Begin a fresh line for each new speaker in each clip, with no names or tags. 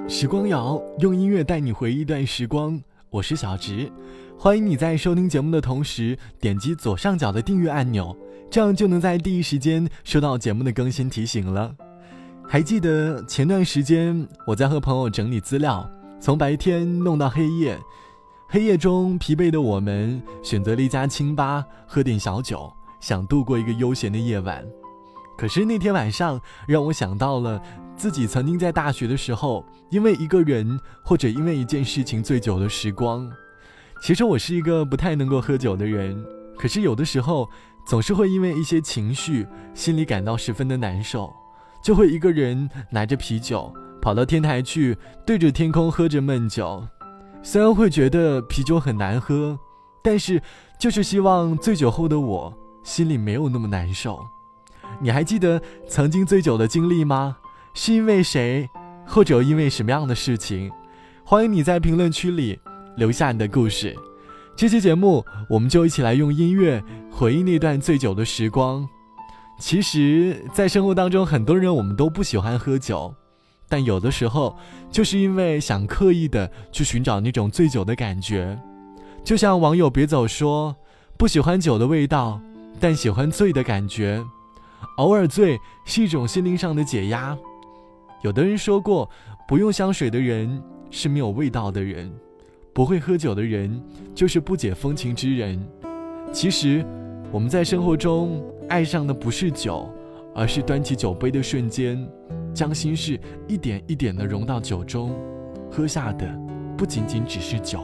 时光谣，用音乐带你回忆一段时光。我是小直，欢迎你在收听节目的同时点击左上角的订阅按钮，这样就能在第一时间收到节目的更新提醒了。还记得前段时间我在和朋友整理资料，从白天弄到黑夜，黑夜中疲惫的我们选择了一家清吧，喝点小酒，想度过一个悠闲的夜晚。可是那天晚上让我想到了自己曾经在大学的时候，因为一个人或者因为一件事情醉酒的时光。其实我是一个不太能够喝酒的人，可是有的时候总是会因为一些情绪，心里感到十分的难受，就会一个人拿着啤酒跑到天台去，对着天空喝着闷酒。虽然会觉得啤酒很难喝，但是就是希望醉酒后的我心里没有那么难受。你还记得曾经醉酒的经历吗？是因为谁，或者因为什么样的事情？欢迎你在评论区里留下你的故事。这期节目我们就一起来用音乐回忆那段醉酒的时光。其实在生活当中，很多人我们都不喜欢喝酒，但有的时候就是因为想刻意的去寻找那种醉酒的感觉。就像网友别走说，不喜欢酒的味道，但喜欢醉的感觉。偶尔醉是一种心灵上的解压。有的人说过，不用香水的人是没有味道的人，不会喝酒的人就是不解风情之人。其实我们在生活中爱上的不是酒，而是端起酒杯的瞬间，将心事一点一点地融到酒中，喝下的不仅仅只是酒。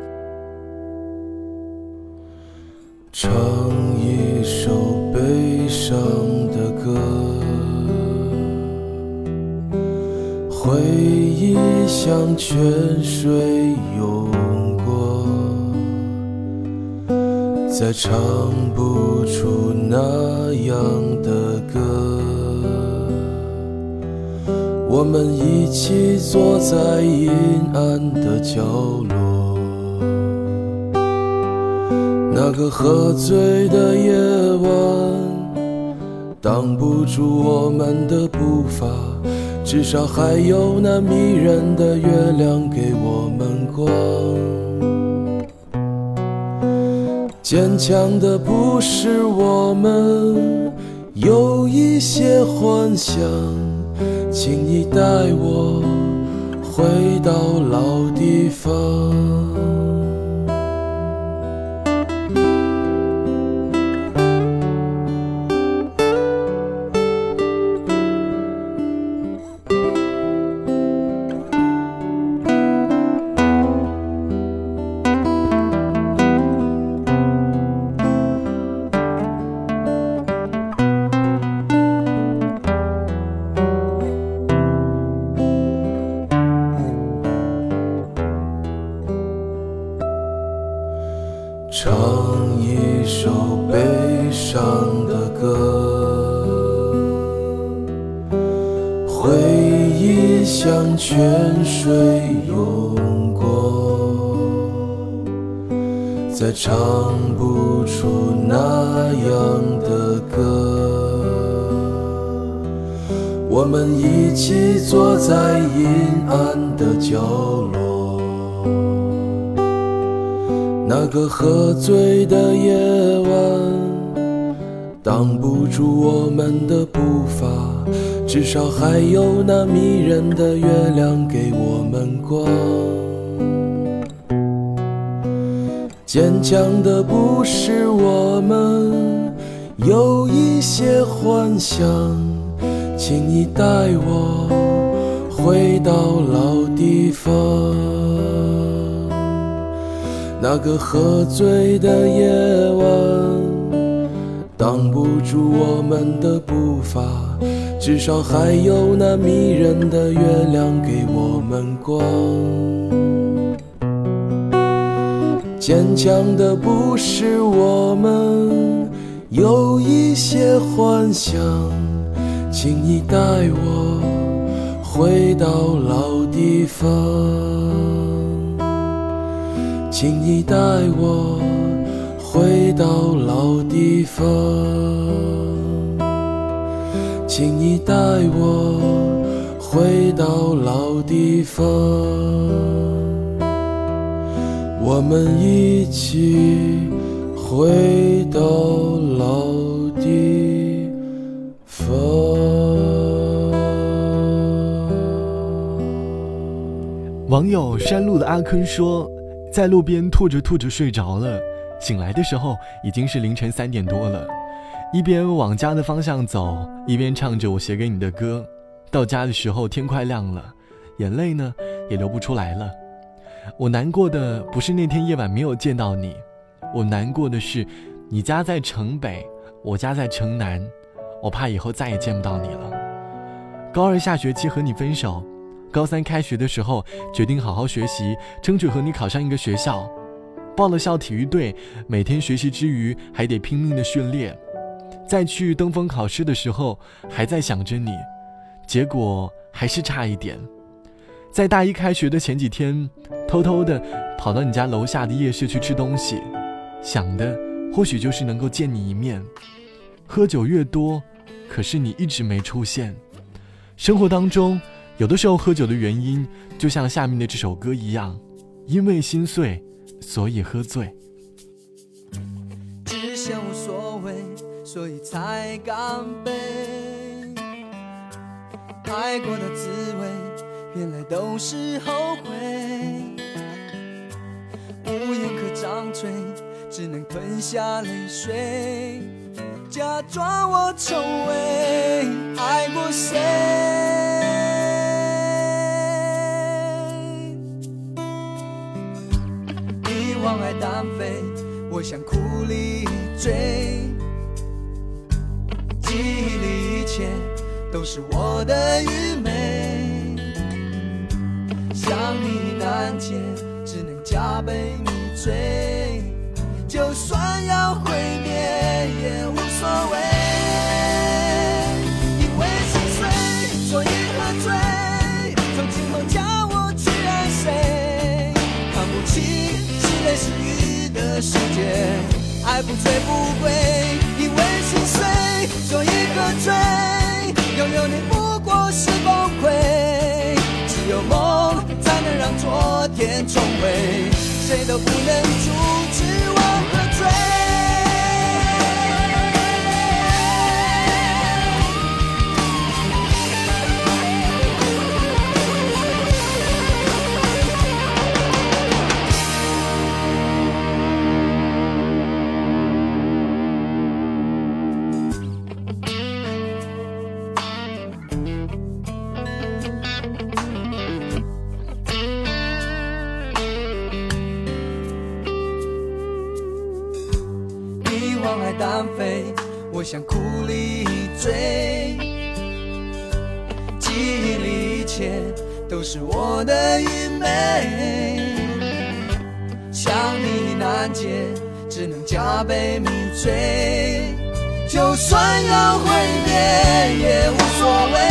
唱一首悲伤的歌，回忆像泉水涌过，再唱不出那样的歌。我们一起坐在阴暗的角落，那个喝醉的夜晚挡不住我们的步伐，至少还有那迷人的月亮给我们光。坚强的不是我们，有一些幻想，请你带我回到老地方。唱一首悲伤的歌，回忆像泉水涌过，再唱不出那样的歌。我们一起坐在阴暗的角落，那个喝醉的夜晚挡不住我们的步伐，至少还有那迷人的月亮给我们光。坚强的不是我们，有一些幻想，请你带我回到老地方。那个喝醉的夜晚挡不住我们的步伐，至少还有那迷人的月亮给我们光。坚强的不是我们，有一些幻想，请你带我回到老地方。请你带我回到老地方，请你带我回到老地方，我们一起回到老地方。
网友山路的阿坤说，在路边吐着吐着睡着了，醒来的时候已经是凌晨3点多了，一边往家的方向走，一边唱着我写给你的歌。到家的时候天快亮了，眼泪呢也流不出来了。我难过的不是那天夜晚没有见到你，我难过的是你家在城北，我家在城南，我怕以后再也见不到你了。高2下学期和你分手，高3开学的时候决定好好学习，争取和你考上一个学校，报了校体育队，每天学习之余还得拼命的训练。在去登峰考试的时候还在想着你，结果还是差一点。在大1开学的前几天，偷偷的跑到你家楼下的夜市去吃东西，想的或许就是能够见你一面。喝酒越多，可是你一直没出现。生活当中有的时候喝酒的原因就像下面的这首歌一样，因为心碎所以喝醉。
只想无所谓，所以才干杯。爱过的滋味原来都是后悔，无言可张嘴，只能吞下泪水，假装我从未爱过谁。遗忘爱单飞，我想苦里追，记忆里一切都是我的愚昧，想你难解，只能加倍迷醉，就算要毁灭也无所谓，因为心碎所以喝醉，从今后叫我去爱谁，看不清是泪是雨的世界，爱不醉不归，因为心碎所以喝醉，拥有你不过是崩溃，只有梦才能让昨天重回，谁都不能阻止我喝醉。爱单飞，我想苦里醉，记忆里一切都是我的愚昧，想你难解，只能加倍迷醉，就算要毁灭也无所谓，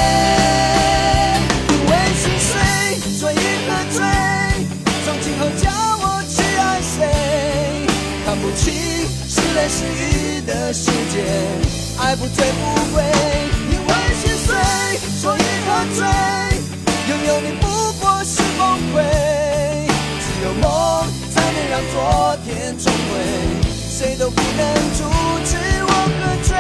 因为心碎所以喝醉，从今后叫我去爱谁，看不清是泪是雨的世界，爱不醉不归，因为心碎所以喝醉，拥有你不过是崩溃，只有梦才能让昨天重回，谁都不能阻止我喝醉，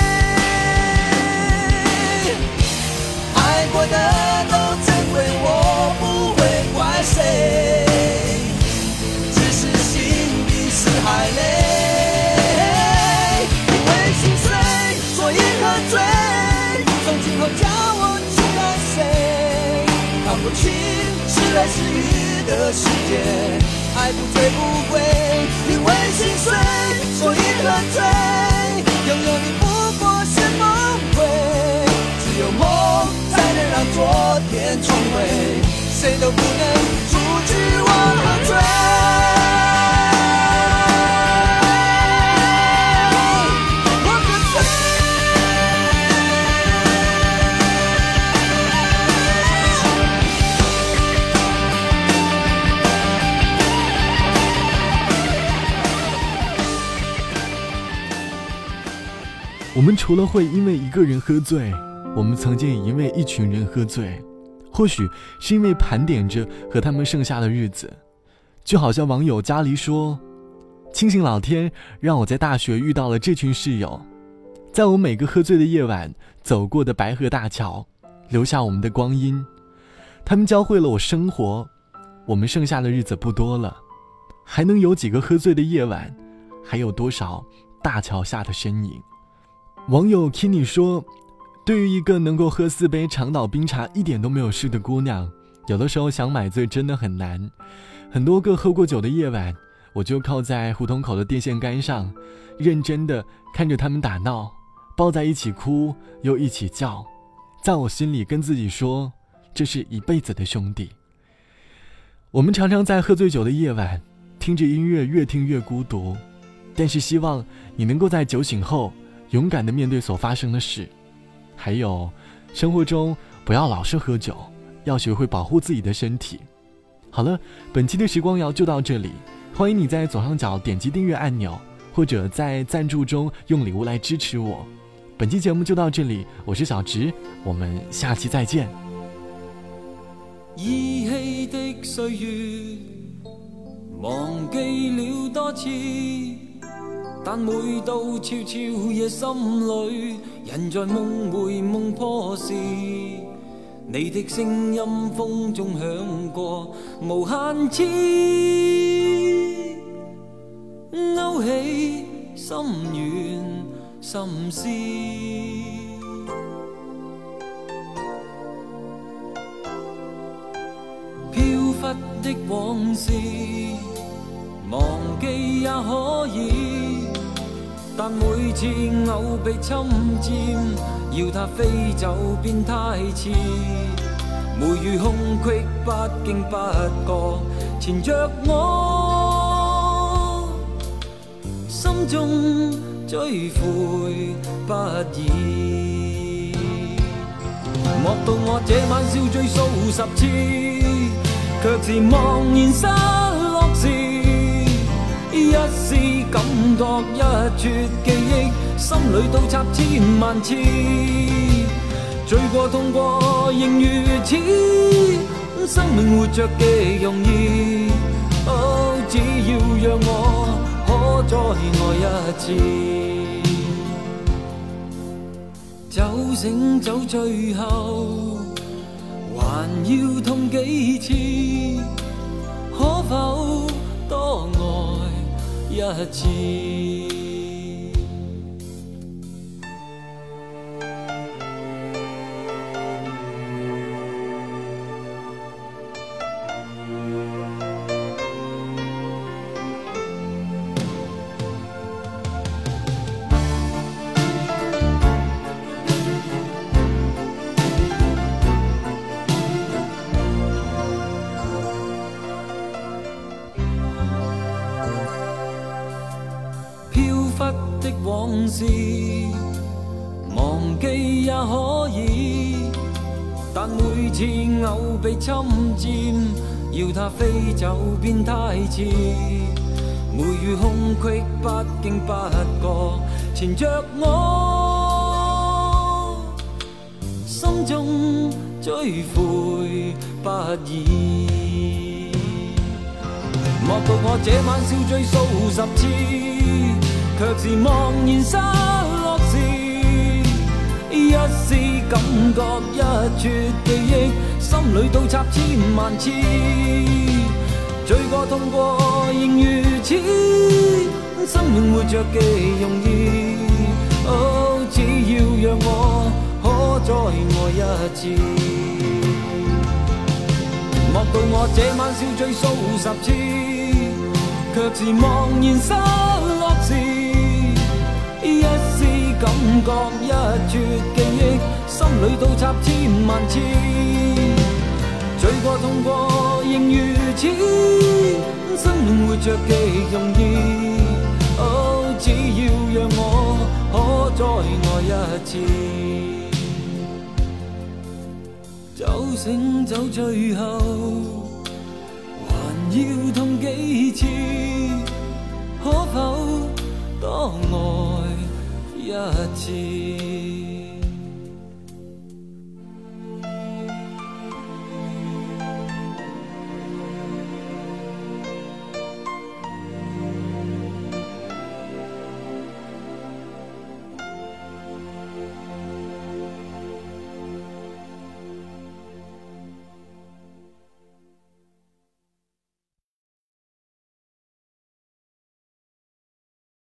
爱过的都珍贵，我不会怪谁，只是心底是海泪，从今后叫我去爱谁，看不清是泪是雨的世界，爱不醉不归，因为心碎所以喝醉，拥有你不过是梦回，只有梦才能让昨天重回，谁都不能阻止我喝醉。
我们除了会因为一个人喝醉， 我们曾经也因为一群人喝醉，或许是因为盘点着和他们剩下的日子。就好像网友家里说，庆幸老天让我在大学遇到了这群室友，在我每个喝醉的夜晚走过的白河大桥，留下我们的光阴。他们教会了我生活，我们剩下的日子不多了，还能有几个喝醉的夜晚，还有多少大桥下的身影。网友 Kini 说，对于一个能够喝4杯长岛冰茶一点都没有事的姑娘，有的时候想买醉真的很难。很多个喝过酒的夜晚，我就靠在胡同口的电线杆上，认真地看着他们打闹，抱在一起哭又一起叫，在我心里跟自己说，这是一辈子的兄弟。我们常常在喝醉酒的夜晚听着音乐，越听越孤独，但是希望你能够在酒醒后勇敢地面对所发生的事。还有生活中不要老是喝酒，要学会保护自己的身体。好了，本期的时光谣就到这里，欢迎你在左上角点击订阅按钮，或者在赞助中用礼物来支持我。本期节目就到这里，我是小直，我们下期再见。
依稀的岁月忘记了多次，但每到悄悄夜心里，人在梦回梦破时，你的声音风中响过无限次，勾起心愿心思。飘忽的往事忘记也可以，但每次偶被侵占，要它飞走便太迟。每遇空隙不经不觉纏着我，心中追悔不已。莫道我这晚笑醉數10次，卻是茫然失落時，一絲感覺一撮記憶，心裏倒插千萬次，醉過痛過仍如此，生命活着極容易，哦，只要讓我可再愛一次。酒醒酒醉後還要痛幾次，可否多愛一次？的往事忘記也可以，但每次偶被侵佔，要它飛走便太遲。每遇空隙不經不覺纏着我，心中追悔不已。莫道我這晚笑醉數10次，卻是茫然失落時，一絲感覺一撮記憶，心裏倒插千萬次，醉過痛過仍如此，生命活着極容易，哦，只要讓我可再愛一次。莫道我這晚笑醉數10次，卻是茫然失落時，一絲感覺一撮記憶，心裏倒插千萬次，醉過痛過仍如此，生命活着極容易，哦，只要讓我可再愛一次。酒醒酒醉後還要痛幾次，可否多愛一次？